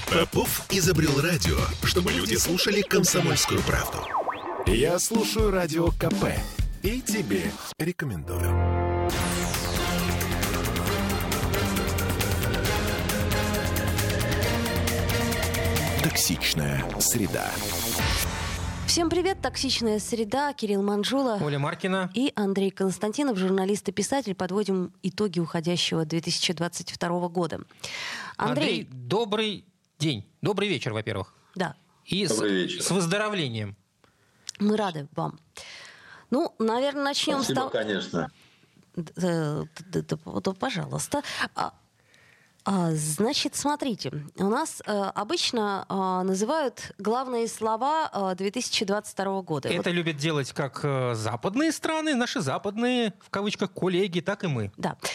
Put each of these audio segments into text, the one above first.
Попов изобрел радио, чтобы люди слушали комсомольскую правду. Я слушаю Радио КП и тебе рекомендую. Токсичная среда. Всем привет, токсичная среда. Кирилл Манжула, Оля Маркина и Андрей Константинов, журналист и писатель. Подводим итоги уходящего 2022 года. Андрей, добрый день. Добрый вечер, во-первых. Да. И с выздоровлением. Мы рады вам. Ну, наверное, начнем Спасибо, с того... конечно. Да, пожалуйста. Значит, смотрите, у нас обычно называют главные слова 2022 года. Это любят делать как западные страны, наши западные, в кавычках, коллеги, так и мы.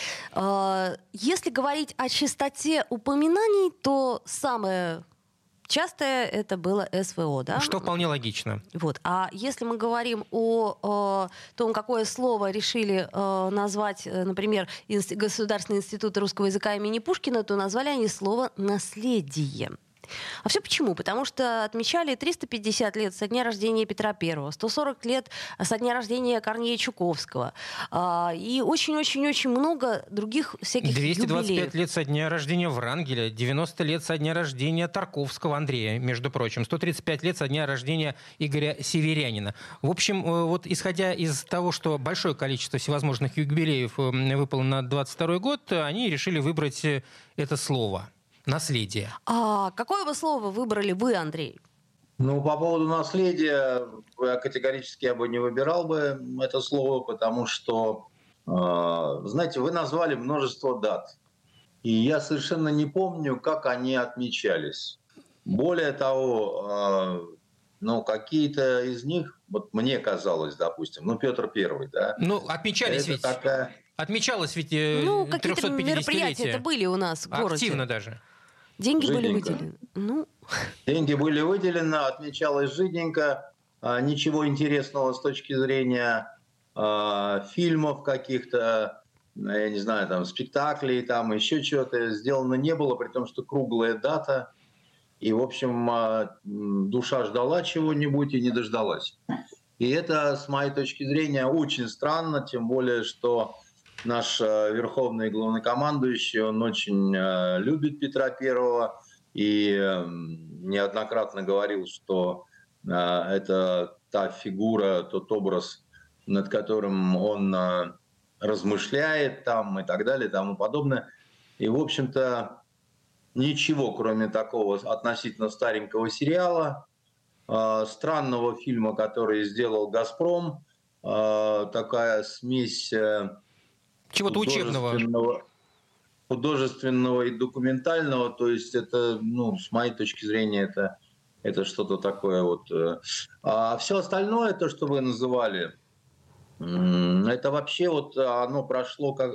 Да. Если говорить о частоте упоминаний, то самое частое это было СВО, да? Что вполне логично. Вот. А если мы говорим о том, какое слово решили назвать, например, Государственный институт русского языка имени Пушкина, то назвали они слово «наследие». А все почему? Потому что отмечали 350 лет со дня рождения Петра I, 140 лет со дня рождения Корнея Чуковского и очень-очень-очень много других всяких 225 юбилеев. лет со дня рождения Врангеля, 90 лет со дня рождения Тарковского Андрея, между прочим, 135 лет со дня рождения Игоря Северянина. В общем, вот исходя из того, что большое количество всевозможных юбилеев выпало на 22 год, они решили выбрать это слово. Наследие. А какое бы слово выбрали вы, Андрей? Ну, по поводу наследия, категорически я бы не выбирал бы это слово, потому что, знаете, вы назвали множество дат. И я совершенно не помню, как они отмечались. Более того, какие-то из них, вот мне казалось, допустим, Петр I, да? Отмечались ведь. Отмечалось ведь какие-то 350-летие. мероприятия это были у нас в городе. Активно даже. Деньги жиденько. были выделены. Деньги были выделены, отмечалось жиденько. Ничего интересного с точки зрения фильмов каких-то, я не знаю, там, спектаклей, там, еще чего-то сделано не было, при том, что круглая дата. И, в общем, душа ждала чего-нибудь и не дождалась. И это, с моей точки зрения, очень странно, тем более, что наш верховный главнокомандующий, он очень любит Петра Первого и неоднократно говорил, что это та фигура, тот образ, над которым он размышляет там, и так далее и тому подобное. И, в общем-то, ничего, кроме такого относительно старенького сериала, странного фильма, который сделал «Газпром», такая смесь чего-то учебного. Художественного и документального. То есть это, с моей точки зрения, это что-то такое вот. А все остальное, то, что вы называли, это вообще вот оно прошло как...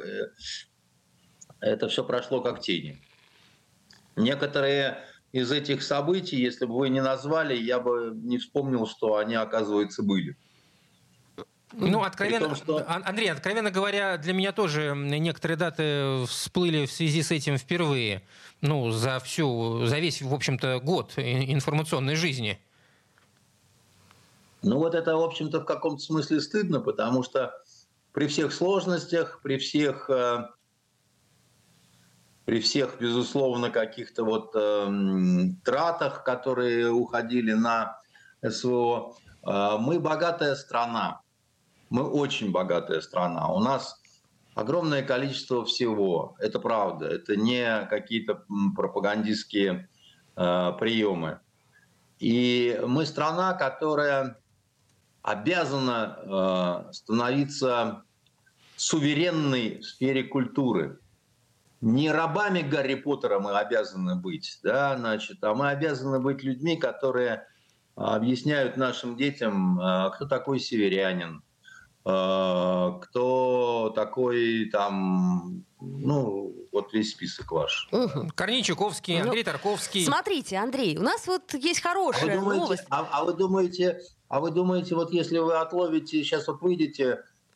Это все прошло как тени. Некоторые из этих событий, если бы вы не назвали, я бы не вспомнил, что они, оказывается, были. Откровенно, Андрей, откровенно говоря, для меня тоже некоторые даты всплыли в связи с этим впервые. За весь, в общем-то, год информационной жизни. Это, в общем-то, в каком-то смысле стыдно, потому что при всех сложностях, при всех, безусловно, каких-то тратах, которые уходили на СВО, мы богатая страна. Мы очень богатая страна. У нас огромное количество всего. Это правда. Это не какие-то пропагандистские приемы. И мы страна, которая обязана становиться суверенной в сфере культуры. Не рабами Гарри Поттера мы обязаны быть, а мы обязаны быть людьми, которые объясняют нашим детям, кто такой северянин, кто такой там, весь список ваш. Корней Чуковский, Андрей Тарковский. Смотрите, Андрей, у нас есть хорошая новость. А вы думаете, вот если вы отловите, сейчас выйдете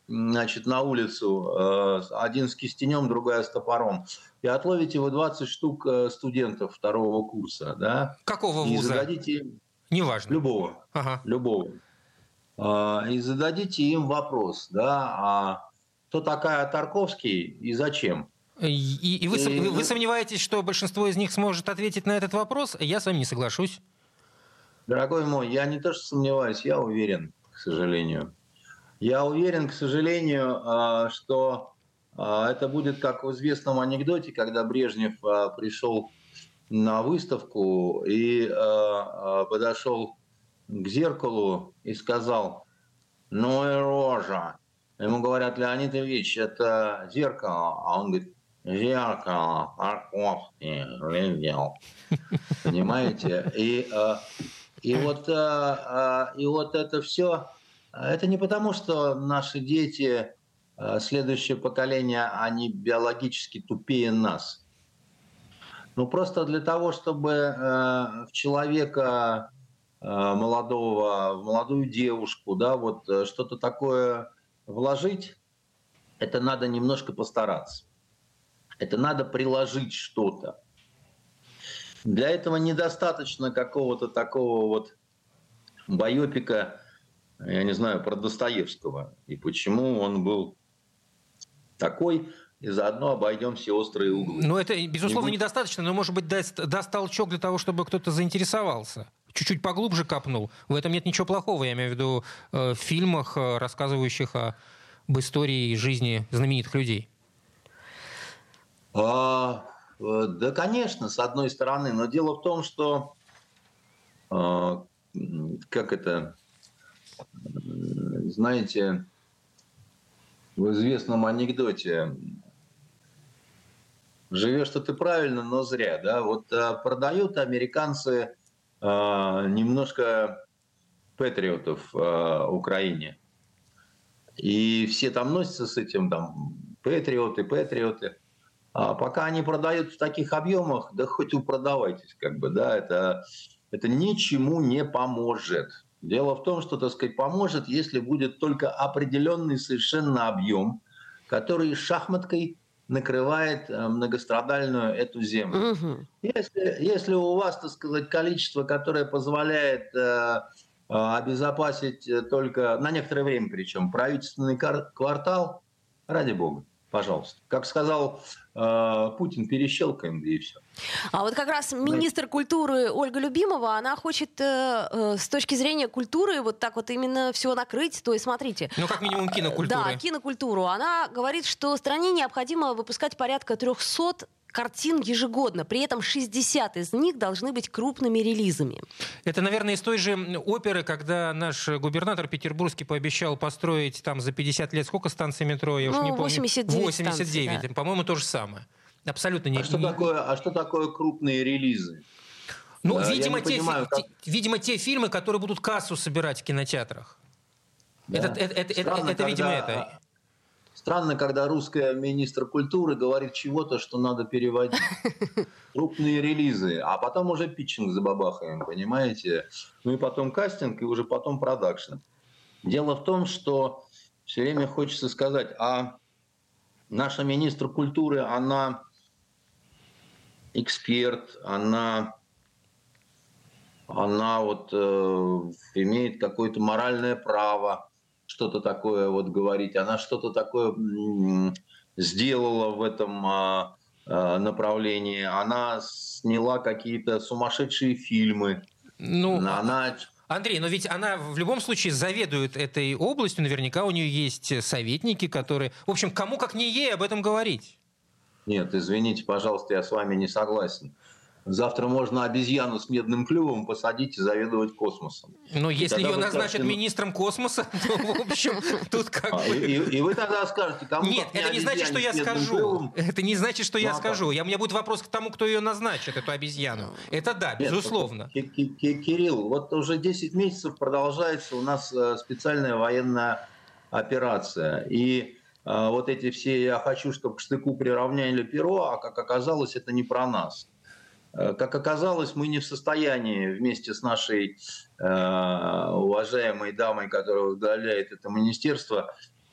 значит, на улицу, один с кистенем, другая с топором, и отловите вы 20 штук студентов второго курса, да? Какого и вуза? зададите им... Неважно. Любого. Ага. Любого. И зададите им вопрос, да, а кто такая Тарковский и зачем? И вы сомневаетесь, что большинство из них сможет ответить на этот вопрос? Я с вами не соглашусь. Дорогой мой, я не то что сомневаюсь, я уверен, к сожалению. Я уверен, к сожалению, что это будет как в известном анекдоте, когда Брежнев пришел на выставку и подошел к зеркалу и сказал: ну и рожа. Ему говорят: Леонид Ильич, это зеркало. А он говорит: зеркало, Тарковский глядел. Понимаете? И вот это все, это не потому, что наши дети, следующее поколение, они биологически тупее нас. Ну, просто для того, чтобы в человека молодого, в молодую девушку, да, вот что-то такое вложить, это надо немножко постараться. Это надо приложить что-то. Для этого недостаточно какого-то такого вот байопика, я не знаю, про Достоевского. И почему он был такой, и заодно обойдем все острые углы. Ну, это, безусловно, недостаточно, но, может быть, даст толчок для того, чтобы кто-то заинтересовался. Чуть-чуть поглубже копнул. В этом нет ничего плохого, я имею в виду в фильмах, рассказывающих об истории и жизни знаменитых людей. Да, конечно, с одной стороны. Но дело в том, что, знаете, в известном анекдоте: живешь-то ты правильно, но зря. Да? Вот продают американцы немножко патриотов Украине. И все там носятся с этим, там, патриоты. А пока они продают в таких объемах, да хоть вы продавайтесь, как бы, да, это ничему не поможет. Дело в том, что, так сказать, поможет, если будет только определенный совершенно объем, который шахматкой накрывает многострадальную эту землю. Угу. Если у вас, так сказать, количество, которое позволяет обезопасить только на некоторое время, причем правительственный квартал, ради бога, пожалуйста. Как сказал Путин, перещелкаем, да и все. А вот как раз министр культуры Ольга Любимова, она хочет с точки зрения культуры вот так вот именно все накрыть. То есть, смотрите. Ну, как минимум кинокультуры. Да, кинокультуру. Она говорит, что стране необходимо выпускать порядка 300 картин ежегодно. При этом 60 из них должны быть крупными релизами. Это, наверное, из той же оперы, когда наш губернатор петербургский пообещал построить там за 50 лет сколько станций метро? Я уж не помню. 89 станций, да. По-моему, то же самое. Абсолютно не... Что такое крупные релизы? Ну, видимо, те фильмы, которые будут кассу собирать в кинотеатрах. Да. Это, видимо, это... Странно, когда русская министр культуры говорит чего-то, что надо переводить. Крупные релизы, а потом уже питчинг забабахаем, понимаете? Ну и потом кастинг, и уже потом продакшн. Дело в том, что все время хочется сказать, а наша министр культуры, она эксперт, она вот имеет какое-то моральное право что-то такое вот говорить. Она что-то такое сделала в этом направлении. Она сняла какие-то сумасшедшие фильмы. Андрей, но ведь она в любом случае заведует этой областью. Наверняка у нее есть советники, которые... В общем, кому как не ей об этом говорить? Нет, извините, пожалуйста, я с вами не согласен. Завтра можно обезьяну с медным клювом посадить и заведовать космосом. Но если ее назначат министром космоса, то, в общем, тут как бы... И вы тогда скажете, кому... Нет, это не значит, что я скажу. Это не значит, что я скажу. У меня будет вопрос к тому, кто ее назначит, эту обезьяну. Это да, безусловно. Кирилл, вот уже 10 месяцев продолжается у нас специальная военная операция. И вот эти все «я хочу, чтобы к штыку приравняли перо», а как оказалось, это не про нас. Как оказалось, мы не в состоянии вместе с нашей уважаемой дамой, которая возглавляет это министерство,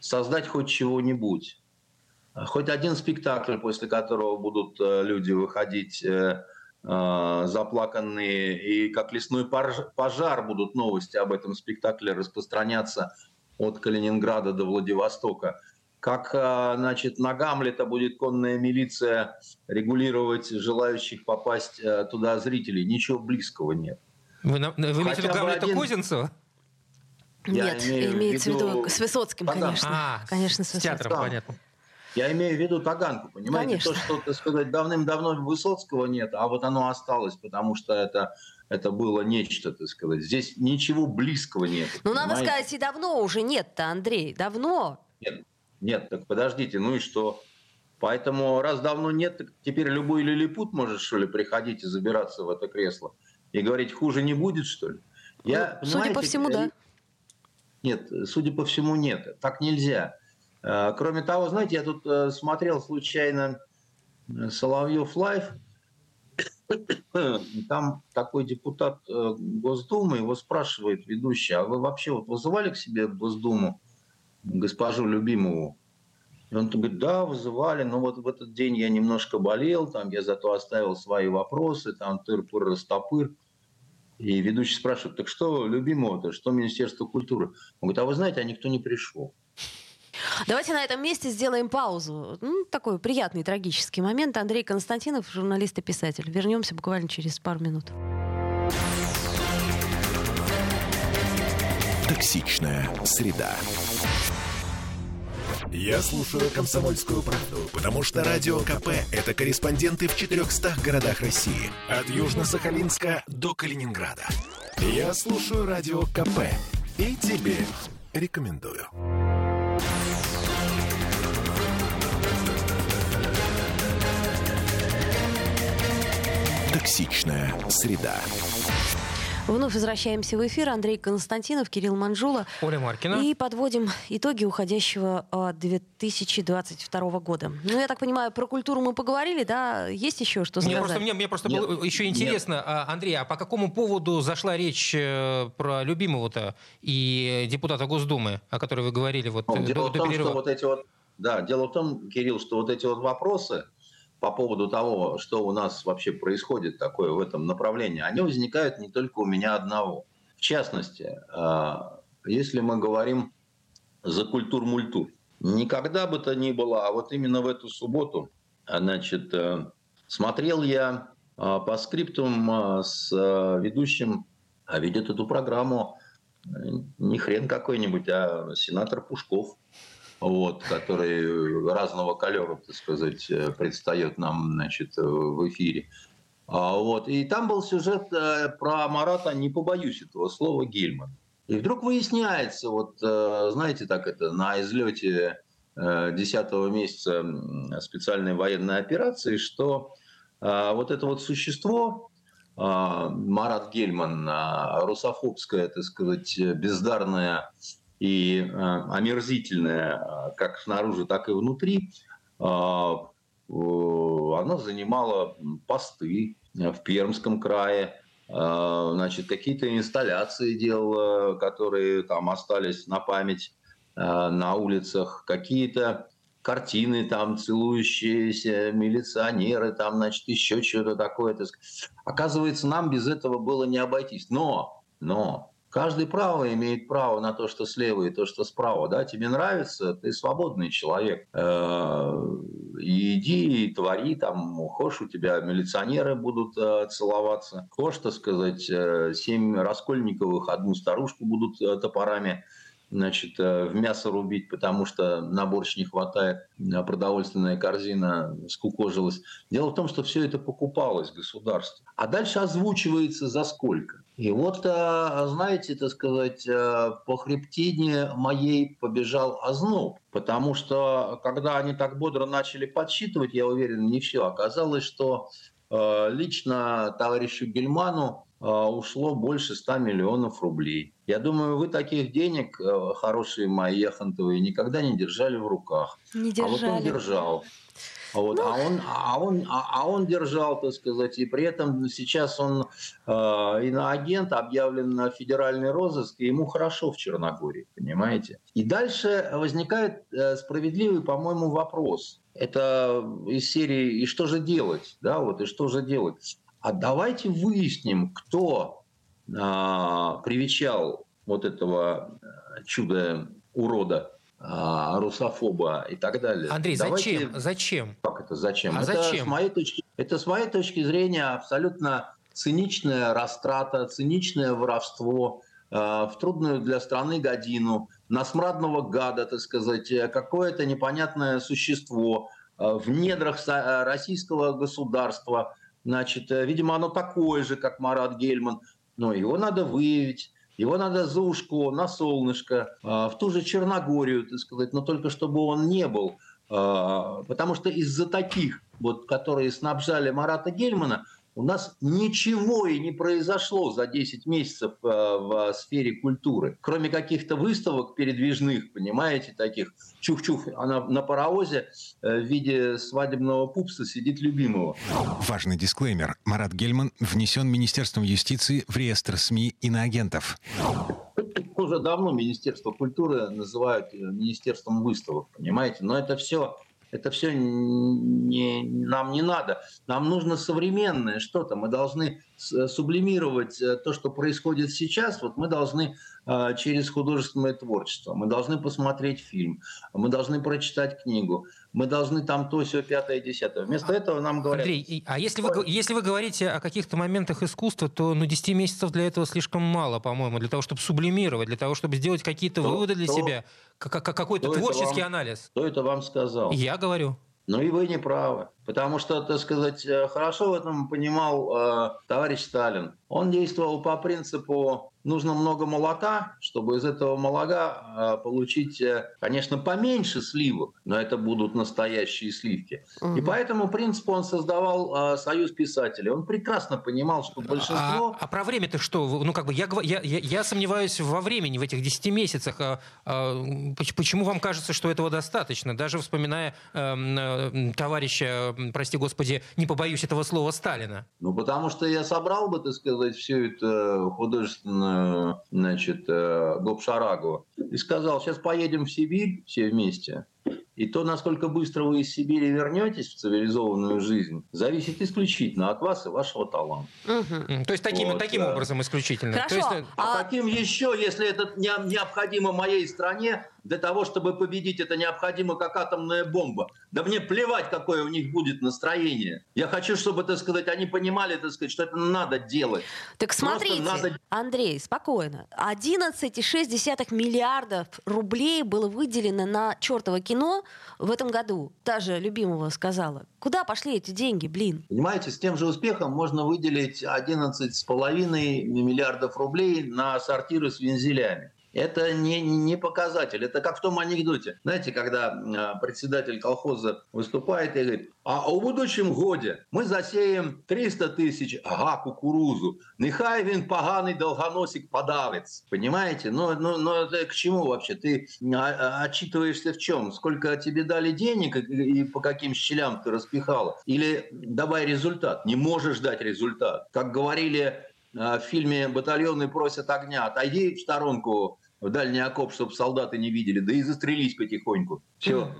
создать хоть чего-нибудь. Хоть один спектакль, после которого будут люди выходить заплаканные, и как лесной пожар будут новости об этом спектакле распространяться от Калининграда до Владивостока. Как, значит, на Гамлета будет конная милиция регулировать желающих попасть туда зрителей. Ничего близкого нет. Вы имеете в виду Гамлета Козинцева? Нет, имеется в виду с Высоцким, конечно. Конечно, с Высоцким. С театром, понятно. Я имею в виду Таганку, понимаете? Конечно. То, что, так сказать, давным-давно Высоцкого нет, а вот оно осталось, потому что это было нечто, так сказать. Здесь ничего близкого нет. Ну, надо сказать, и давно уже нет-то, Андрей, давно. Нет, так подождите, ну и что? Поэтому раз давно нет, так теперь любой лилипут может, что ли, приходить и забираться в это кресло и говорить, хуже не будет, что ли? Судя по всему, да. Нет, судя по всему, нет. Так нельзя. Кроме того, знаете, я тут смотрел случайно Соловьев Лайв. Там такой депутат Госдумы, его спрашивает ведущий, а вы вообще вот вызывали к себе в Госдуму госпожу Любимову? И он говорит, да, вызывали, но вот в этот день я немножко болел, там я зато оставил свои вопросы, там тыр-пыр-растопыр. И ведущий спрашивает, так что Любимого-то, что Министерство культуры? Он говорит, а вы знаете, а никто не пришел. Давайте на этом месте сделаем паузу. Такой приятный, трагический момент. Андрей Константинов, журналист и писатель. Вернемся буквально через пару минут. Токсичная среда. Я слушаю «Комсомольскую правду», потому что Радио КП – это корреспонденты в 400 городах России. От Южно-Сахалинска до Калининграда. Я слушаю Радио КП и тебе рекомендую. Токсичная среда. Вновь возвращаемся в эфир. Андрей Константинов, Кирилл Манжула. Оля Маркина. И подводим итоги уходящего 2022 года. Ну, я так понимаю, про культуру мы поговорили, да? Есть еще что сказать? Мне просто было еще интересно, Андрей, а по какому поводу зашла речь про Любимого-то и депутата Госдумы, о которой вы говорили вот до перерыва? Дело в том, Кирилл, что вот эти вот вопросы по поводу того, что у нас вообще происходит такое в этом направлении, они возникают не только у меня одного. В частности, если мы говорим за культур-мультур, никогда бы то ни было, а вот именно в эту субботу, значит, смотрел я по скриптум с ведущим, а ведет эту программу не хрен какой-нибудь, а сенатор Пушков. Вот, который разного колера, так сказать, предстает нам, значит, в эфире. Вот. И там был сюжет про Марата, не побоюсь этого слова, Гельмана. И вдруг выясняется, вот, знаете, так это, на излете 10-го месяца специальной военной операции, что вот это вот существо, Марат Гельман, русофобское, так сказать, бездарное и омерзительная, как снаружи, так и внутри, она занимала посты в Пермском крае, значит, какие-то инсталляции делала, которые там остались на память на улицах, какие-то картины там, целующиеся милиционеры, там, значит, еще что-то такое. Оказывается, нам без этого было не обойтись. Но каждый право имеет право на то, что слева и то, что справа. Да? Тебе нравится, ты свободный человек. И иди, и твори, там, хочешь, у тебя милиционеры будут целоваться. Хочешь, так сказать, 7 Раскольниковых, одну старушку будут топорами, значит, в мясо рубить, потому что на борщ не хватает, продовольственная корзина скукожилась. Дело в том, что все это покупалось государством. А дальше озвучивается за сколько. И вот, знаете, так сказать, по хребтине моей побежал озноб. Потому что, когда они так бодро начали подсчитывать, я уверен, не все. Оказалось, что лично товарищу Гельману ушло больше 100 миллионов рублей. Я думаю, вы таких денег, хорошие мои яхонтовые, никогда не держали в руках. Не держали. А вот он держал. Он держал, так сказать, и при этом сейчас он иноагент, объявлен на федеральный розыск, и ему хорошо в Черногории, понимаете? И дальше возникает справедливый, по-моему, вопрос. Это из серии «И что же делать?» Да, вот «И что же делать?» А давайте выясним, кто привечал вот этого чудо-урода, русофоба и так далее. Андрей, зачем? Как это зачем? Зачем? С моей точки зрения абсолютно циничная растрата, циничное воровство в трудную для страны годину, на смрадного гада, так сказать, какое-то непонятное существо в недрах российского государства. Значит, видимо, оно такое же, как Марат Гельман, но его надо выявить. Его надо за ушко, на солнышко, в ту же Черногорию, так сказать, но только чтобы он не был. Потому что из-за таких, вот, которые снабжали Марата Гельмана, у нас ничего и не произошло за 10 месяцев в сфере культуры. Кроме каких-то выставок передвижных, понимаете, таких чух-чух, она на паровозе в виде свадебного пупса сидит любимого. Важный дисклеймер. Марат Гельман внесен Министерством юстиции в реестр СМИ иноагентов. Уже давно Министерство культуры называют Министерством выставок, понимаете? Но это все нам не надо. Нам нужно современное что-то. Мы должны сублимировать то, что происходит сейчас. Вот мы должны через художественное творчество. Мы должны посмотреть фильм. Мы должны прочитать книгу. Мы должны там то, сё, пятое, десятое. Вместо этого нам говорят... Андрей, а если вы говорите о каких-то моментах искусства, то 10 месяцев для этого слишком мало, по-моему, для того, чтобы сублимировать, для того, чтобы сделать какие-то выводы для себя, какой-то творческий анализ. Кто это вам сказал? Я говорю. Ну и вы не правы. Потому что, так сказать, хорошо в этом понимал товарищ Сталин. Он действовал по принципу: нужно много молока, чтобы из этого молока получить, конечно, поменьше сливок, но это будут настоящие сливки. И по этому принципу он создавал союз писателей. Он прекрасно понимал, что большинство... А про время-то что? Ну, как бы я сомневаюсь во времени, в этих 10 месяцах. Почему вам кажется, что этого достаточно? Даже вспоминая товарища, прости господи, не побоюсь этого слова, Сталина. Ну, потому что я собрал бы, так сказать, всю эту художественную, значит, гопшарагу и сказал: сейчас поедем в Сибирь все вместе. И то, насколько быстро вы из Сибири вернетесь в цивилизованную жизнь, зависит исключительно от вас и вашего таланта. То есть таким образом исключительно. Хорошо. То есть... Каким еще, если это необходимо моей стране, для того, чтобы победить, это необходимо как атомная бомба? Да мне плевать, какое у них будет настроение. Я хочу, чтобы, так сказать, они понимали, так сказать, что это надо делать. Так смотрите, Андрей, спокойно. 11,6 миллиардов рублей было выделено на чертово кино в этом году. Та же Любимова сказала. Куда пошли эти деньги, блин? Понимаете, с тем же успехом можно выделить 11,5 миллиардов рублей на сортиры с вензелями. Это не показатель. Это как в том анекдоте. Знаете, когда председатель колхоза выступает и говорит: а у будущем годе мы засеем 300 тысяч кукурузу. Нехай він поганий долгоносик подавец. Понимаете? Но это к чему вообще? Ты отчитываешься в чем? Сколько тебе дали денег и по каким щелям ты распихала? Или давай результат. Не можешь дать результат. Как говорили в фильме «Батальоны просят огня», отойди в сторонку, в дальний окоп, чтобы солдаты не видели, да и застрелись потихоньку. Все.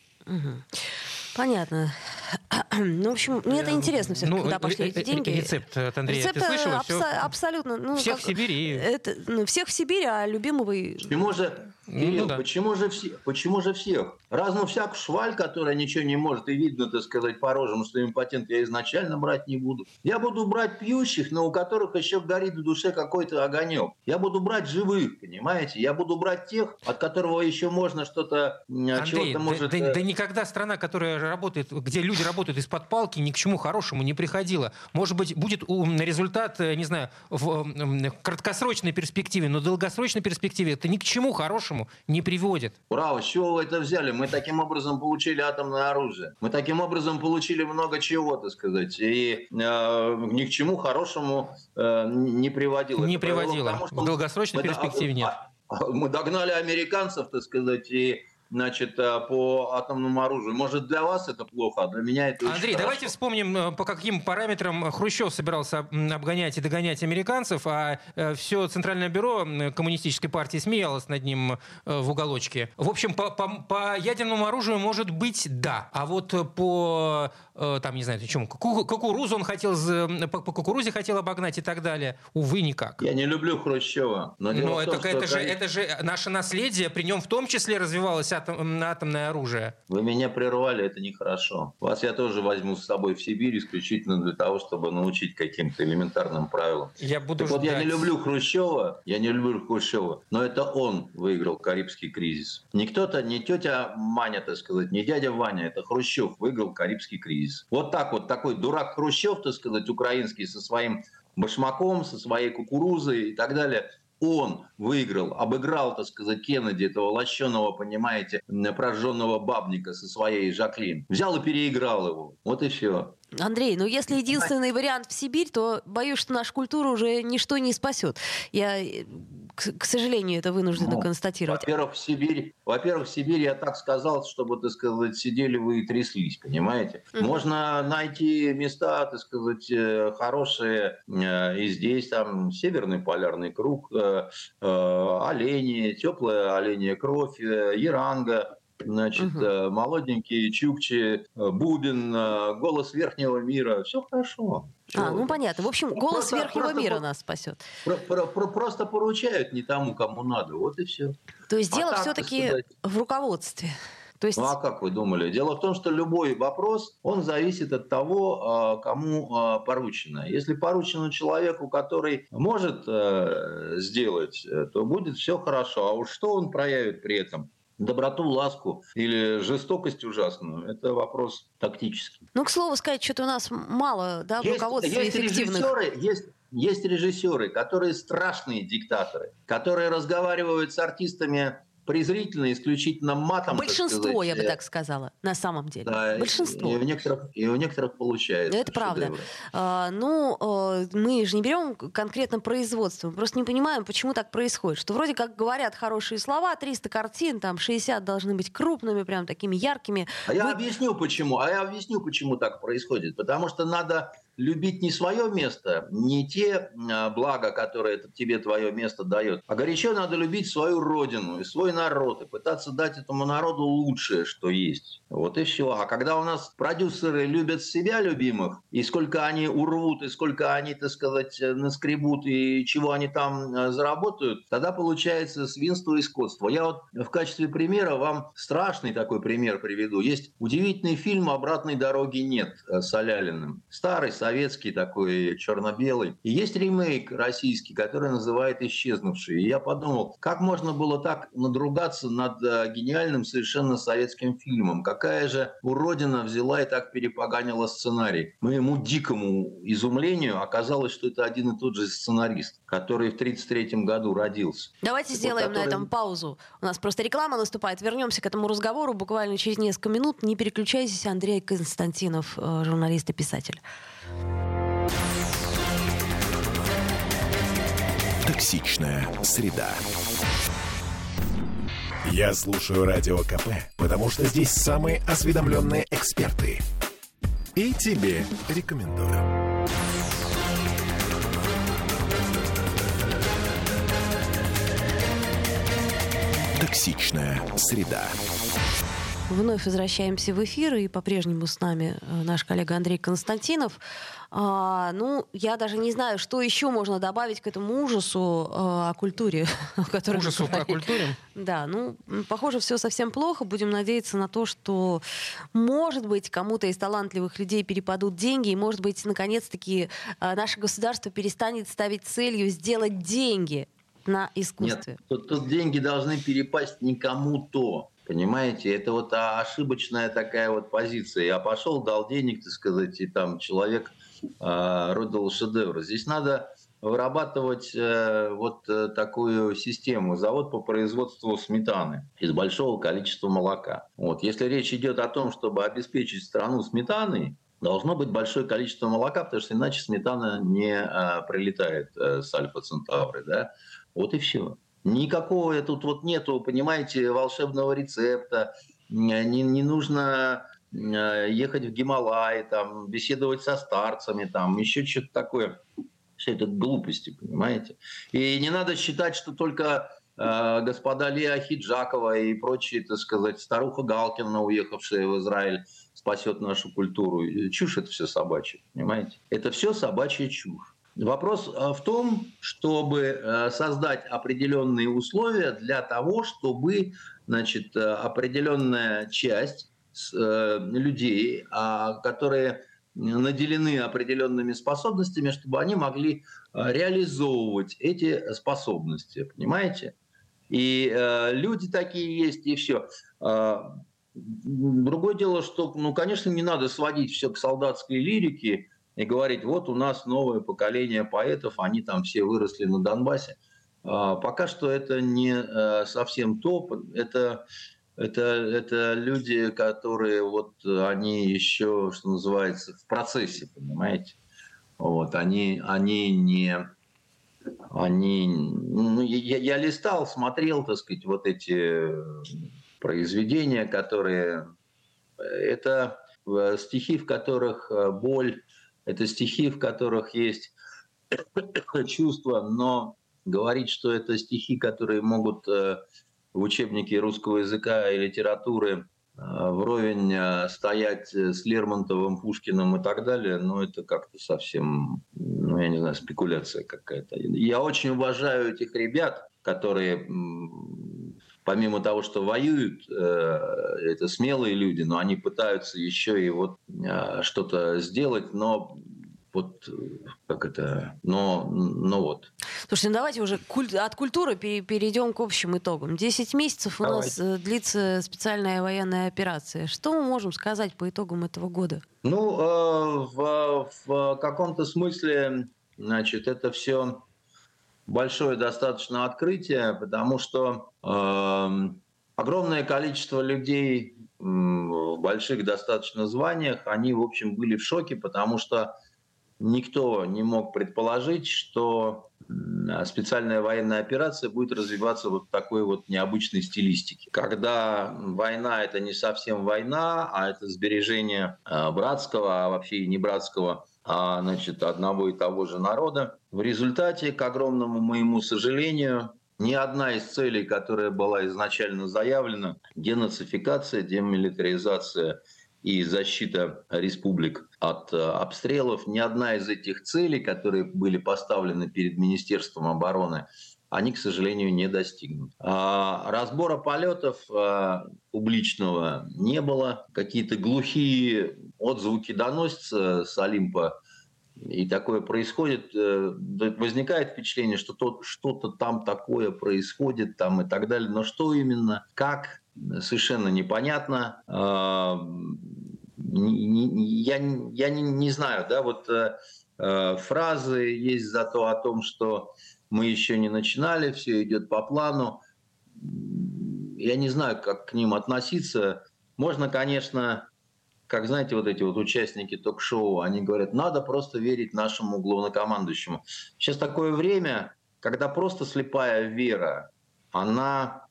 Понятно. Ну, в общем, мне это интересно все-таки, куда пошли эти деньги. Рецепт от Андрея Рецепт ты слышала? Абсолютно. Всех в Сибири. Всех в Сибири, а Любимовой... Почему же, Кирилл, почему же всех? Разну всякую шваль, которая ничего не может, и видно, так сказать, по рожам, что импотент, я изначально брать не буду. Я буду брать пьющих, но у которых еще горит в душе какой-то огонек. Я буду брать живых, понимаете? Я буду брать тех, от которого еще можно что-то... Андрей, да никогда страна, которая работает, где люди работают из-под палки, ни к чему хорошему не приходила. Может быть, будет результат, не знаю, в краткосрочной перспективе, но в долгосрочной перспективе это ни к чему хорошему не приводит. Право, с чего вы это взяли? Мы Мы таким образом получили атомное оружие. Мы таким образом получили много чего, так сказать. И ни к чему хорошему не приводило. Не приводило. В долгосрочной перспективе нет. Мы догнали американцев, так сказать, и значит, по атомному оружию. Может, для вас это плохо, а для меня это очень Андрей, хорошо. давайте вспомним, по каким параметрам Хрущев собирался обгонять и догонять американцев, а все Центральное бюро коммунистической партии смеялось над ним в уголочке. В общем, по ядерному оружию, может быть, да. А вот по, там, не знаю, чем, кукурузу он хотел, по кукурузе хотел обогнать и так далее. Увы, никак. Я не люблю Хрущева. Но это же наше наследие, при нем в том числе развивалось атомное оружие. Вы меня прервали, это нехорошо. Вас я тоже возьму с собой в Сибирь исключительно для того, чтобы научить каким-то элементарным правилам. Я буду так вот, я не люблю Хрущева, но это он выиграл Карибский кризис. Не кто-то, не тетя Маня, так сказать, не дядя Ваня, это Хрущев выиграл Карибский кризис. Вот так вот, такой дурак Хрущев, так сказать, украинский, со своим башмаком, со своей кукурузой и так далее – он выиграл, обыграл, так сказать, Кеннеди, этого лощеного, понимаете, прожженного бабника со своей Жаклин. Взял и переиграл его. Вот и все. Андрей, ну если единственный вариант в Сибирь, то боюсь, что нашу культуру уже ничто не спасет. Я, к сожалению, это вынуждена констатировать. Во-первых, в Сибирь я так сказал, чтобы, так сказать, сидели вы и тряслись, понимаете? Можно найти места, так сказать, хорошие и здесь, там, Северный полярный круг, олени, теплая оленья кровь, Яранга. Значит, молоденькие чукчи, бубен, голос верхнего мира. Все хорошо. Ну понятно. В общем, голос верхнего мира нас спасет. Просто поручают не тому, кому надо. Вот и все. То есть дело все-таки в руководстве. То есть... Ну а как вы думали? Дело в том, что любой вопрос, он зависит от того, кому поручено. Если поручено человеку, который может сделать, то будет все хорошо. А уж что он проявит при этом? Доброту, ласку или жестокость ужасную, это вопрос тактический. Ну, к слову сказать, что-то у нас мало, да, в руководстве эффективных. Есть режиссеры, которые страшные диктаторы, которые разговаривают с артистами презрительно, исключительно матом. Большинство, я бы так сказала, на самом деле. Да, большинство. И у некоторых получается. Это правда. Мы же не берем конкретно производство. Мы просто не понимаем, почему так происходит. Что вроде как говорят хорошие слова, 300 картин, там 60 должны быть крупными, прям такими яркими. Я объясню, почему так происходит. Потому что надо любить не свое место, не те блага, которые тебе твое место дает, а горячо надо любить свою родину и свой народ, и пытаться дать этому народу лучшее, что есть. Вот и все. А когда у нас продюсеры любят себя любимых, и сколько они урвут, и сколько они, так сказать, наскребут, и чего они там заработают, тогда получается свинство и скотство. Я вот в качестве примера вам страшный такой пример приведу. Есть удивительный фильм «Обратной дороги нет» с Алялиным. Старый, советский такой, черно-белый. И есть ремейк российский, который называет «Исчезнувшие». И я подумал, как можно было так надругаться над гениальным совершенно советским фильмом? Какая же уродина взяла и так перепоганила сценарий? Моему дикому изумлению оказалось, что это один и тот же сценарист, который в 1933 году родился. Давайте сделаем на этом паузу. У нас просто реклама наступает. Вернемся к этому разговору буквально через несколько минут. Не переключайтесь. Андрей Константинов, журналист и писатель. Токсичная среда. Я слушаю Радио КП, потому что здесь самые осведомленные эксперты. И тебе рекомендую. Токсичная среда. Вновь возвращаемся в эфир, и по-прежнему с нами наш коллега Андрей Константинов. Я даже не знаю, что еще можно добавить к этому ужасу о культуре. Ужасу о культуре? Да, похоже, все совсем плохо. Будем надеяться на то, что, может быть, кому-то из талантливых людей перепадут деньги, и, может быть, наконец-таки наше государство перестанет ставить целью сделать деньги на искусстве. Нет, тут деньги должны перепасть не кому-то. Понимаете, это вот ошибочная такая вот позиция. Я пошел, дал денег, так сказать, и там человек родил шедевр. Здесь надо вырабатывать такую систему, завод по производству сметаны из большого количества молока. Вот. Если речь идет о том, чтобы обеспечить страну сметаной, должно быть большое количество молока, потому что иначе сметана не прилетает с Альфа Центавры. Да? Вот и все. Никакого тут нету, понимаете, волшебного рецепта. Не нужно ехать в Гималай, там, беседовать со старцами, там, еще что-то такое. Все это глупости, понимаете? И не надо считать, что только господа Леа Хиджакова и прочие, так сказать, старуха Галкина, уехавшая в Израиль, спасет нашу культуру. Чушь это все собачья, понимаете? Это все собачья чушь. Вопрос в том, чтобы создать определенные условия для того, чтобы, значит, определенная часть людей, которые наделены определенными способностями, чтобы они могли реализовывать эти способности, понимаете? И люди такие есть, и все. Другое дело, что, конечно, не надо сводить все к солдатской лирике и говорить, вот у нас новое поколение поэтов, они там все выросли на Донбассе. Пока что это не совсем то. Это люди, которые они еще, что называется, в процессе, понимаете? Я листал, смотрел, так сказать, эти произведения, которые... Это стихи, в которых боль, это стихи, в которых есть чувства, но говорить, что это стихи, которые могут в учебнике русского языка и литературы вровень стоять с Лермонтовым, Пушкиным и так далее, это как-то совсем, я не знаю, спекуляция какая-то. Я очень уважаю этих ребят, которые, помимо того, что воюют, это смелые люди, но они пытаются еще и что-то сделать, но Слушайте, давайте уже от культуры перейдем к общим итогам. 10 месяцев у нас длится специальная военная операция. Что мы можем сказать по итогам этого года? В каком-то смысле, значит, это все большое достаточно открытие, потому что огромное количество людей в больших достаточно званиях, они, в общем, были в шоке, потому что никто не мог предположить, что специальная военная операция будет развиваться в такой необычной стилистике. Когда война – это не совсем война, а это сбережение братского, а вообще и не братского, а одного и того же народа. В результате, к огромному моему сожалению, ни одна из целей, которая была изначально заявлена – денацификация, демилитаризация и защита республик от обстрелов, ни одна из этих целей, которые были поставлены перед Министерством обороны, они, к сожалению, не достигнуты. Разбора полетов публичного не было. Какие-то глухие отзвуки доносятся с Олимпа, и такое происходит. Возникает впечатление, что что-то там такое происходит там, и так далее. Но что именно, как, совершенно непонятно. Я не знаю, фразы есть зато о том, что мы еще не начинали, все идет по плану. Я не знаю, как к ним относиться. Можно, конечно, как, знаете, эти участники ток-шоу, они говорят, надо просто верить нашему главнокомандующему. Сейчас такое время, когда просто слепая вера, она,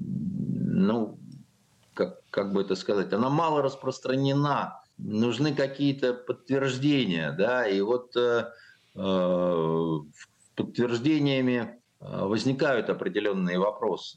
как бы это сказать, она мало распространена. Нужны какие-то подтверждения, да, и подтверждениями возникают определенные вопросы.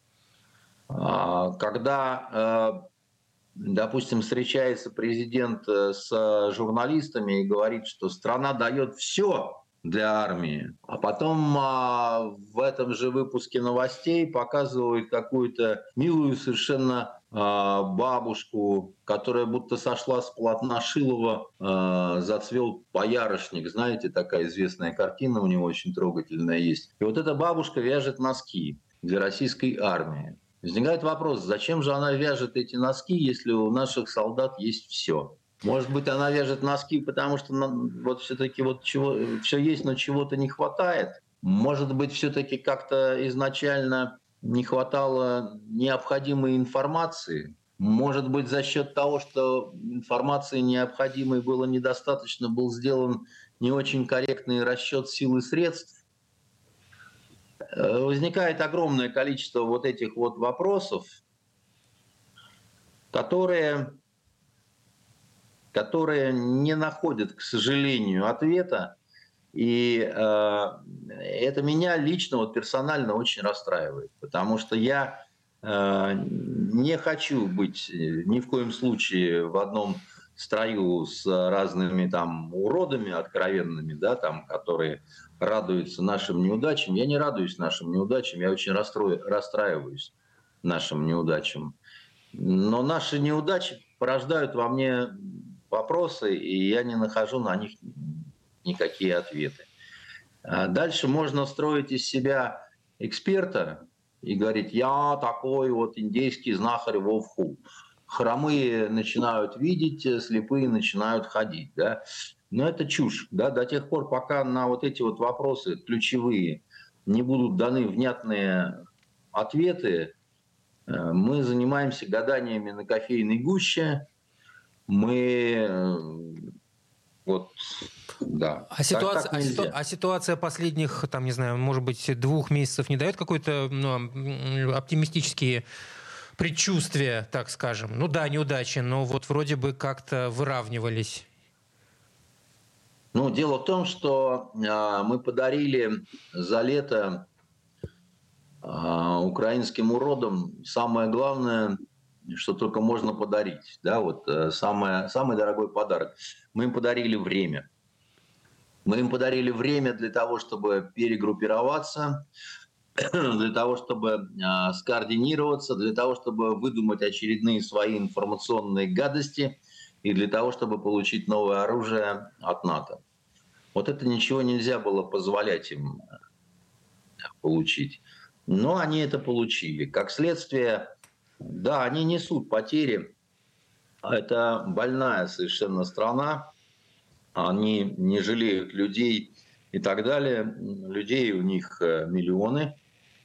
Когда, допустим, встречается президент с журналистами и говорит, что страна дает все для армии, а потом в этом же выпуске новостей показывают какую-то милую совершенно бабушку, которая будто сошла с полотна Шилова, зацвел боярышник. Знаете, такая известная картина у него очень трогательная есть. И эта бабушка вяжет носки для российской армии. Возникает вопрос, зачем же она вяжет эти носки, если у наших солдат есть все? Может быть, она вяжет носки, потому что вот все-таки вот все есть, но чего-то не хватает. Может быть, все-таки как-то изначально не хватало необходимой информации. Может быть, за счет того, что информации необходимой было недостаточно, был сделан не очень корректный расчет сил и средств. Возникает огромное количество вот этих вот вопросов, которые не находят, к сожалению, ответа. И это меня лично, вот персонально очень расстраивает, потому что я не хочу быть ни в коем случае в одном строю с разными там уродами откровенными, да, там, которые радуются нашим неудачам. Я не радуюсь нашим неудачам, я очень расстраиваюсь нашим неудачам. Но наши неудачи порождают во мне вопросы, и я не нахожу на них никакие ответы. Дальше можно строить из себя эксперта и говорить: я такой вот индейский знахарь Вовху. Хромые начинают видеть, слепые начинают ходить. Да? Но это чушь. Да? До тех пор, пока на вот эти вот вопросы ключевые не будут даны внятные ответы, мы занимаемся гаданиями на кофейной гуще. Мы вот, да. А ситуация последних, там, не знаю, может быть, 2 месяцев не дает какой-то оптимистические предчувствия, так скажем? Ну да, неудачи, но вот вроде бы как-то выравнивались. Ну, дело в том, что мы подарили за лето украинским уродам самое главное, что только можно подарить. Да, вот самый дорогой подарок. Мы им подарили время. Мы им подарили время для того, чтобы перегруппироваться, для того, чтобы скоординироваться, для того, чтобы выдумать очередные свои информационные гадости и для того, чтобы получить новое оружие от НАТО. Вот это ничего нельзя было позволять им получить. Но они это получили. Как следствие, да, они несут потери. Это больная совершенно страна. Они не жалеют людей и так далее. Людей у них миллионы.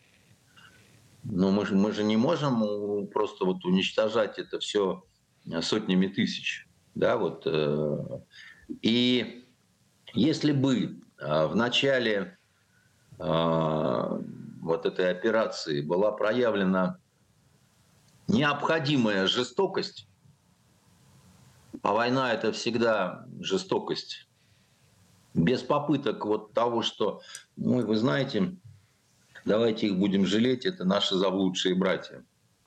Но мы же не можем просто вот уничтожать это все сотнями тысяч. Да, вот. И если бы в начале вот этой операции была проявлена необходимая жестокость, а война — это всегда жестокость, без попыток вот того, что, ну, вы знаете, давайте их будем жалеть, это наши заблудшие братья.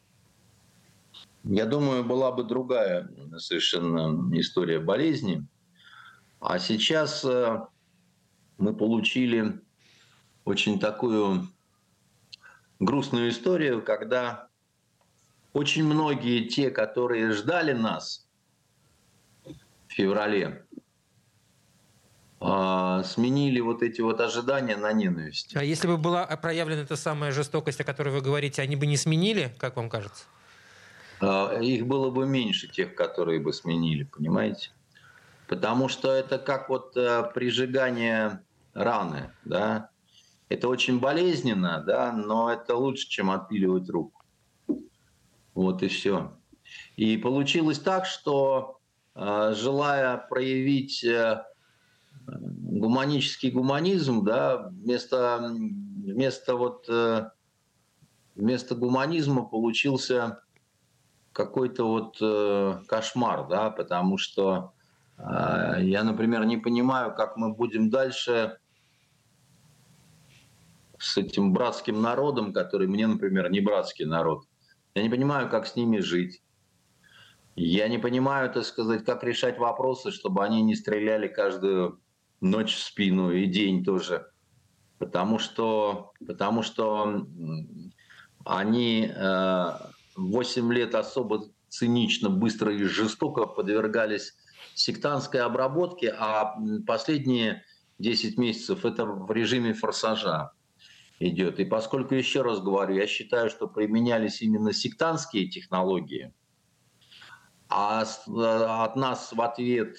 Я думаю, была бы другая совершенно история болезни. А сейчас мы получили очень такую грустную историю, когда очень многие те, которые ждали нас в феврале, сменили вот эти вот ожидания на ненависть. А если бы была проявлена эта самая жестокость, о которой вы говорите, они бы не сменили, как вам кажется? Их было бы меньше, тех, которые бы сменили, понимаете? Потому что это как вот прижигание раны, да? Это очень болезненно, да, но это лучше, чем отпиливать руку. Вот и все. И получилось так, что, желая проявить гуманический гуманизм, да, вместо гуманизма получился какой-то вот кошмар, да, потому что я, например, не понимаю, как мы будем дальше с этим братским народом, который мне, например, не братский народ. Я не понимаю, как с ними жить. Я не понимаю, так сказать, как решать вопросы, чтобы они не стреляли каждую ночь в спину и день тоже. Потому что они 8 лет особо цинично, быстро и жестоко подвергались сектантской обработке, а последние 10 месяцев это в режиме форсажа идет. И поскольку, еще раз говорю, я считаю, что применялись именно сектантские технологии, от нас в ответ,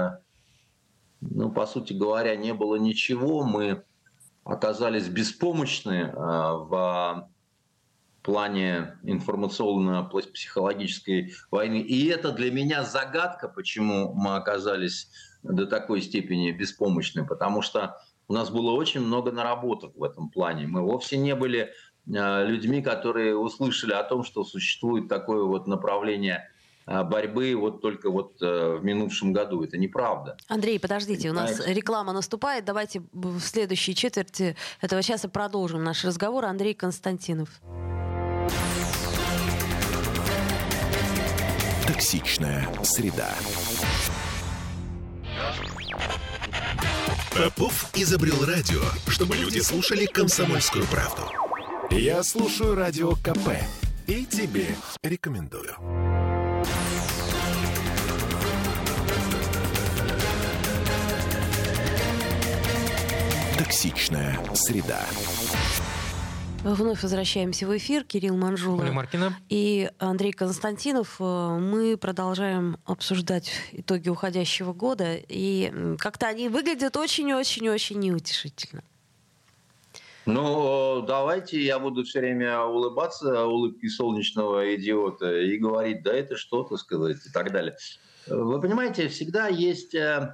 по сути говоря, не было ничего. Мы оказались беспомощны в плане информационно-психологической войны. И это для меня загадка, почему мы оказались до такой степени беспомощны. Потому что у нас было очень много наработок в этом плане. Мы вовсе не были людьми, которые услышали о том, что существует такое вот направление борьбы только в минувшем году. Это неправда. Андрей, подождите, у нас реклама наступает. Давайте в следующей четверти этого часа продолжим наш разговор. Андрей Константинов. Токсичная среда. Попов изобрел радио, чтобы люди слушали «Комсомольскую правду». Я слушаю радио КП и тебе рекомендую. Токсичная среда. Вновь возвращаемся в эфир. Кирилл Манжула и Андрей Константинов. Мы продолжаем обсуждать итоги уходящего года. И как-то они выглядят очень-очень-очень неутешительно. Давайте я буду все время улыбаться улыбкой солнечного идиота и говорить, да это что, так сказать, и так далее. Вы понимаете, всегда есть...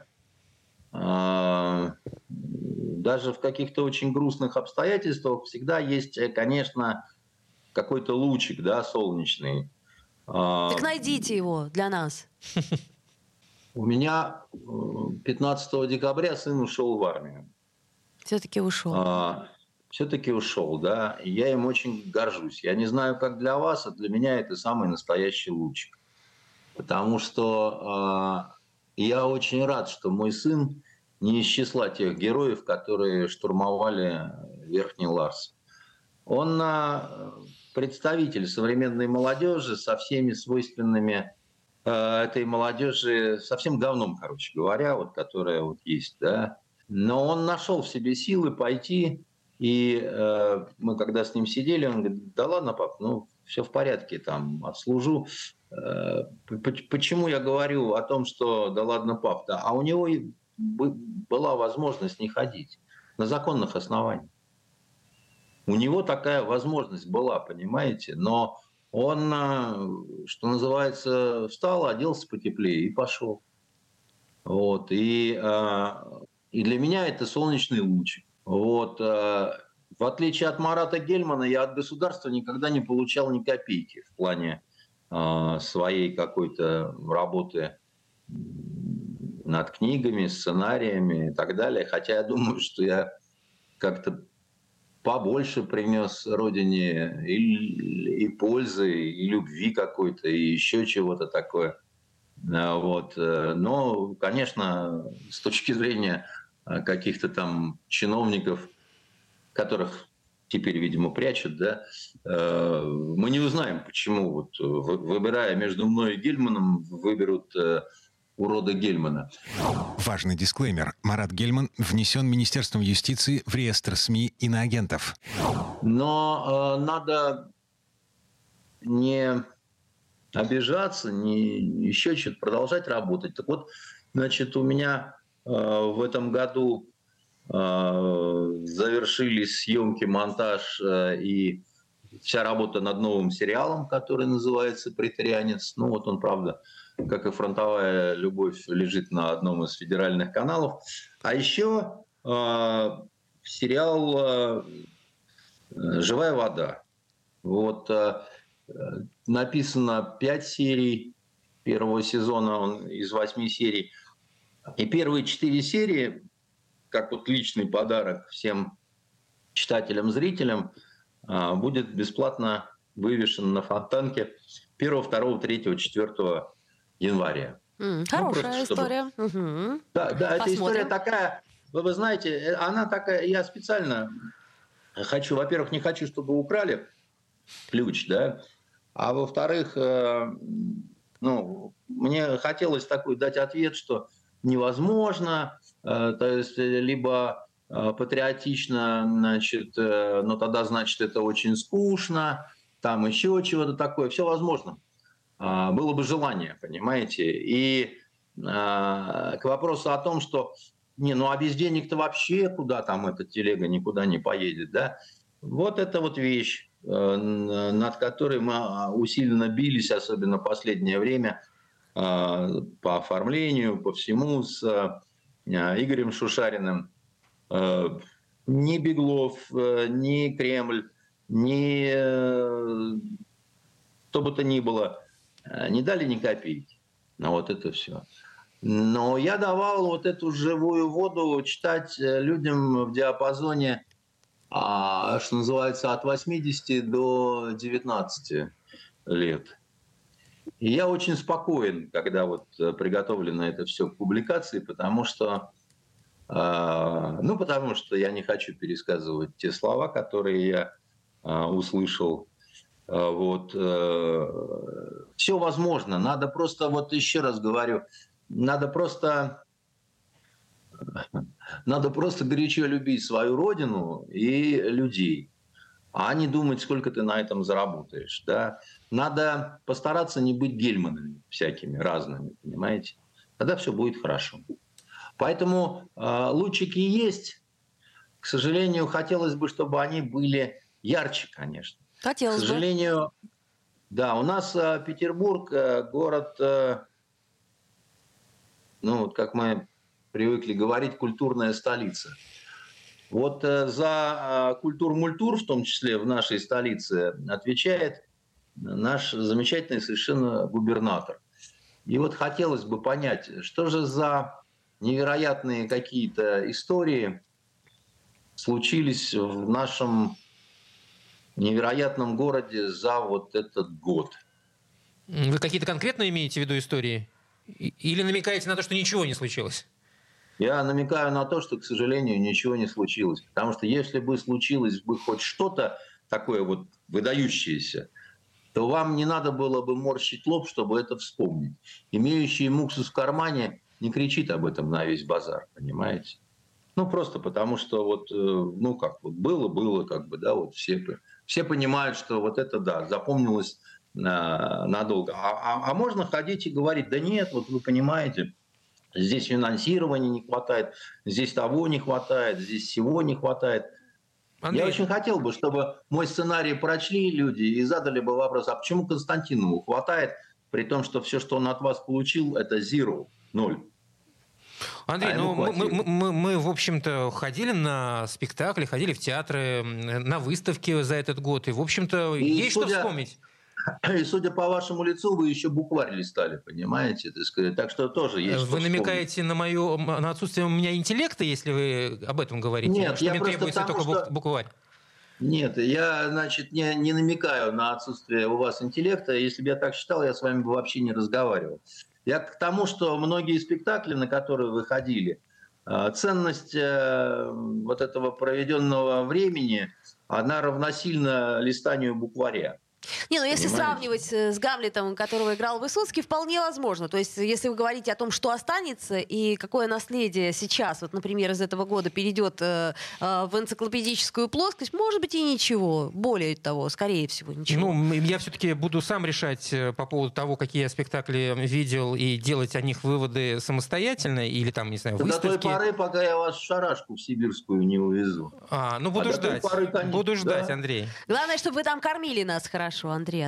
Даже в каких-то очень грустных обстоятельствах всегда есть, конечно, какой-то лучик, да, солнечный. Так найдите его для нас. У меня 15 декабря сын ушел в армию. Все-таки ушел. Все-таки ушел, да. И я им очень горжусь. Я не знаю, как для вас, а для меня это самый настоящий лучик. Потому что я очень рад, что мой сын не из числа тех героев, которые штурмовали Верхний Ларс. Он представитель современной молодежи со всеми свойственными этой молодежи, со всем говном, короче говоря, которая есть, да. Но он нашел в себе силы пойти, и мы когда с ним сидели, он говорит, да ладно, пап, все в порядке, там, отслужу. Почему я говорю о том, что да ладно, пап, да, а у него была возможность не ходить на законных основаниях. У него такая возможность была, понимаете, но он, что называется, встал, оделся потеплее и пошел. И для меня это солнечный луч. В отличие от Марата Гельмана, я от государства никогда не получал ни копейки в плане своей какой-то работы над книгами, сценариями и так далее. Хотя я думаю, что я как-то побольше принес Родине и пользы, и любви какой-то, и еще чего-то такое. Но, конечно, с точки зрения каких-то там чиновников, которых теперь, видимо, прячут, да, мы не узнаем, почему, выбирая между мной и Гельманом, выберут урода Гельмана. Важный дисклеймер. Марат Гельман внесен Министерством юстиции в реестр СМИ иноагентов. Но надо не обижаться, не еще что-то, продолжать работать. Так вот, значит, у меня в этом году завершились съемки, монтаж и вся работа над новым сериалом, который называется «Претарианец». Он, правда, как и «Фронтовая любовь», лежит на одном из федеральных каналов. А еще сериал «Живая вода». Написано 5 серий первого сезона, он из 8 серий. И первые 4 серии, как личный подарок всем читателям, зрителям, будет бесплатно вывешен на Фонтанке 1, 2, 3, 4 января. Хорошая история. Да, эта история такая, вы знаете, она такая, я специально хочу, во-первых, не хочу, чтобы украли ключ, да, а во-вторых, мне хотелось такой дать ответ, что невозможно, то есть либо патриотично, значит, но тогда, значит, это очень скучно, там еще чего-то такое, все возможно. было бы желание, понимаете. И к вопросу о том, что а без денег-то вообще куда там эта телега никуда не поедет, да? Вот это вот вещь, над которой мы усиленно бились, особенно в последнее время, по оформлению, по всему, с Игорем Шушариным. Ни Беглов, ни Кремль, ни кто бы то ни было не дали ни копейки на вот это все. Но я давал вот эту живую воду читать людям в диапазоне, что называется, от 80 до 19 лет. И я очень спокоен, когда вот приготовлено это все к публикации, потому что я не хочу пересказывать те слова, которые я услышал. Все возможно. Надо просто, вот еще раз говорю, надо просто горячо любить свою родину и людей, а не думать, сколько ты на этом заработаешь. Да? Надо постараться не быть гельманами всякими разными, понимаете? Тогда все будет хорошо. Поэтому лучики есть. К сожалению, хотелось бы, чтобы они были ярче, конечно. Хотелось бы. К сожалению, да, у нас Петербург город, как мы привыкли говорить, культурная столица. Вот за культур-мультур, в том числе в нашей столице, отвечает наш замечательный совершенно губернатор. И вот хотелось бы понять, что же за невероятные какие-то истории случились в нашем невероятном городе за вот этот год. Вы какие-то конкретно имеете в виду истории? Или намекаете на то, что ничего не случилось? Я намекаю на то, что, к сожалению, ничего не случилось. Потому что если бы случилось бы хоть что-то такое вот выдающееся, то вам не надо было бы морщить лоб, чтобы это вспомнить. Имеющий муксус в кармане не кричит об этом на весь базар, понимаете? Просто потому что было, все понимают, что вот это, да, запомнилось надолго. А можно ходить и говорить, да нет, вот вы понимаете, здесь финансирования не хватает, здесь того не хватает, здесь всего не хватает. Андрей, я очень хотел бы, чтобы мой сценарий прочли люди и задали бы вопрос, а почему Константинову хватает, при том, что все, что он от вас получил, это zero, 0. Андрей, мы, в общем-то, ходили на спектакли, ходили в театры, на выставки за этот год, и, в общем-то, есть что вспомнить. И, судя по вашему лицу, вы еще букварь листали, понимаете? Так что тоже есть. Вы намекаете на отсутствие у меня интеллекта, если вы об этом говорите? Нет, что мне требуется только букварь? Нет, я, не намекаю на отсутствие у вас интеллекта. Если бы я так считал, я с вами бы вообще не разговаривал. Я к тому, что многие спектакли, на которые вы ходили, ценность вот этого проведенного времени, она равносильна листанию букваря. Если сравнивать с «Гамлетом», которого играл Высоцкий, вполне возможно. То есть, если вы говорите о том, что останется и какое наследие сейчас, вот, например, из этого года перейдет в энциклопедическую плоскость, может быть, и ничего. Более того, скорее всего, ничего. Я все-таки буду сам решать по поводу того, какие я спектакли видел, и делать о них выводы самостоятельно, или там, не знаю, выставки. До той поры, пока я вас в шарашку в сибирскую не увезу. Буду ждать. Буду ждать, да. Андрей. Главное, чтобы вы там кормили нас хорошо. Андрей,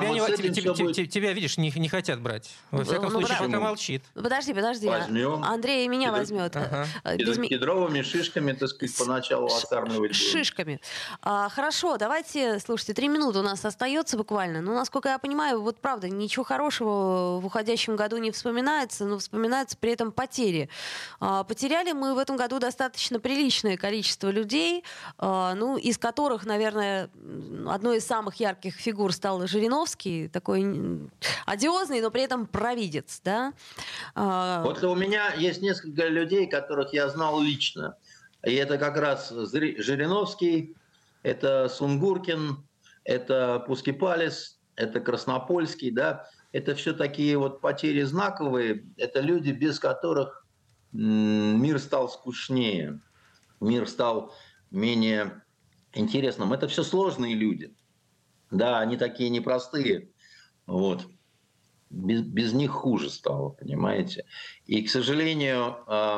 тебя, видишь, не хотят брать. Во всяком случае, пока молчит. Подожди. Возьмем. Андрей меня возьмет. Кедровыми шишками, так сказать, поначалу откармливать. Шишками. Хорошо, давайте, слушайте, 3 минуты у нас остается буквально. Насколько я понимаю, вот правда, ничего хорошего в уходящем году не вспоминается, но вспоминаются при этом потери. Потеряли мы в этом году достаточно приличное количество людей, из которых, наверное, одной из самых ярких фигур стал Жириновский, такой одиозный, но при этом провидец, да? Вот у меня есть несколько людей, которых я знал лично. И это как раз Жириновский, это Сунгуркин, это Пускипалис, это Краснопольский, да? Это все такие вот потери знаковые. Это люди, без которых мир стал скучнее, мир стал менее интересным. Это все сложные люди. Да, они такие непростые. Вот. без них хуже стало, понимаете. И, к сожалению,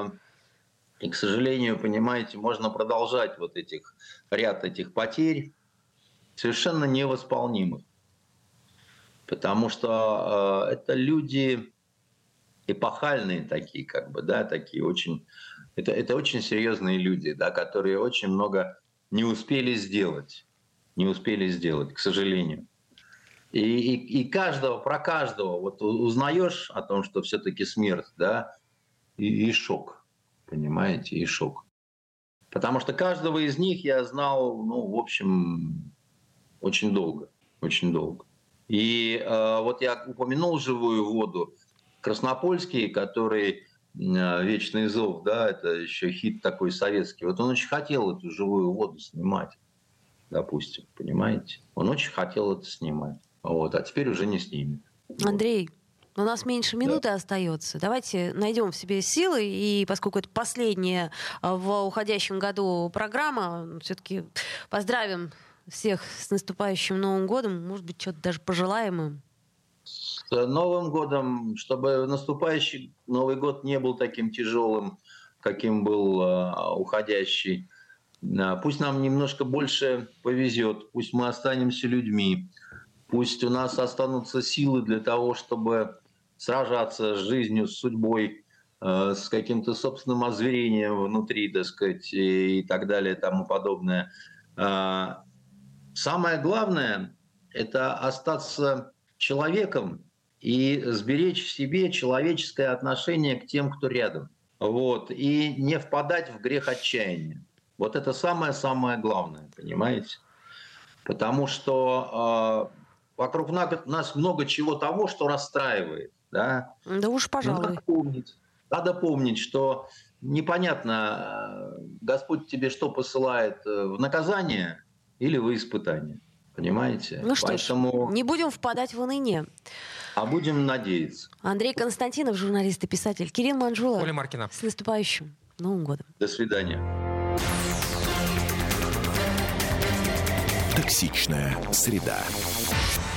понимаете, можно продолжать вот ряд этих потерь совершенно невосполнимых. Потому что это люди эпохальные такие, такие очень... Это очень серьезные люди, которые очень много не успели сделать, к сожалению. И про каждого вот узнаешь о том, что все-таки смерть, и шок, понимаете, и шок. Потому что каждого из них я знал, в общем, очень долго. И вот я упомянул «Живую воду». Краснопольский, который «Вечный зов», это еще хит такой советский. Вот он очень хотел эту «Живую воду» снимать, допустим, понимаете? Он очень хотел это снимать. Вот, а теперь уже не снимет. Андрей, у нас меньше минуты остается. Давайте найдем в себе силы, и поскольку это последняя в уходящем году программа, все-таки поздравим всех с наступающим Новым годом. Может быть, что-то даже пожелаем им. С Новым годом, чтобы наступающий Новый год не был таким тяжелым, каким был уходящий. Пусть нам немножко больше повезет, пусть мы останемся людьми. Пусть у нас останутся силы для того, чтобы сражаться с жизнью, с судьбой, с каким-то собственным озверением внутри, так сказать, и так далее, и тому подобное. Самое главное – это остаться человеком и сберечь в себе человеческое отношение к тем, кто рядом. Вот. И не впадать в грех отчаяния. Вот это самое-самое главное, понимаете? Потому что... вокруг нас много чего того, что расстраивает. Да уж, пожалуй. Надо помнить, что непонятно, Господь тебе что посылает, в наказание или в испытание. Понимаете? Ну что ж, не будем впадать в уныние. А будем надеяться. Андрей Константинов, журналист и писатель. Кирилл Манжула. Оля Маркина. С наступающим Новым годом. До свидания. Токсичная среда.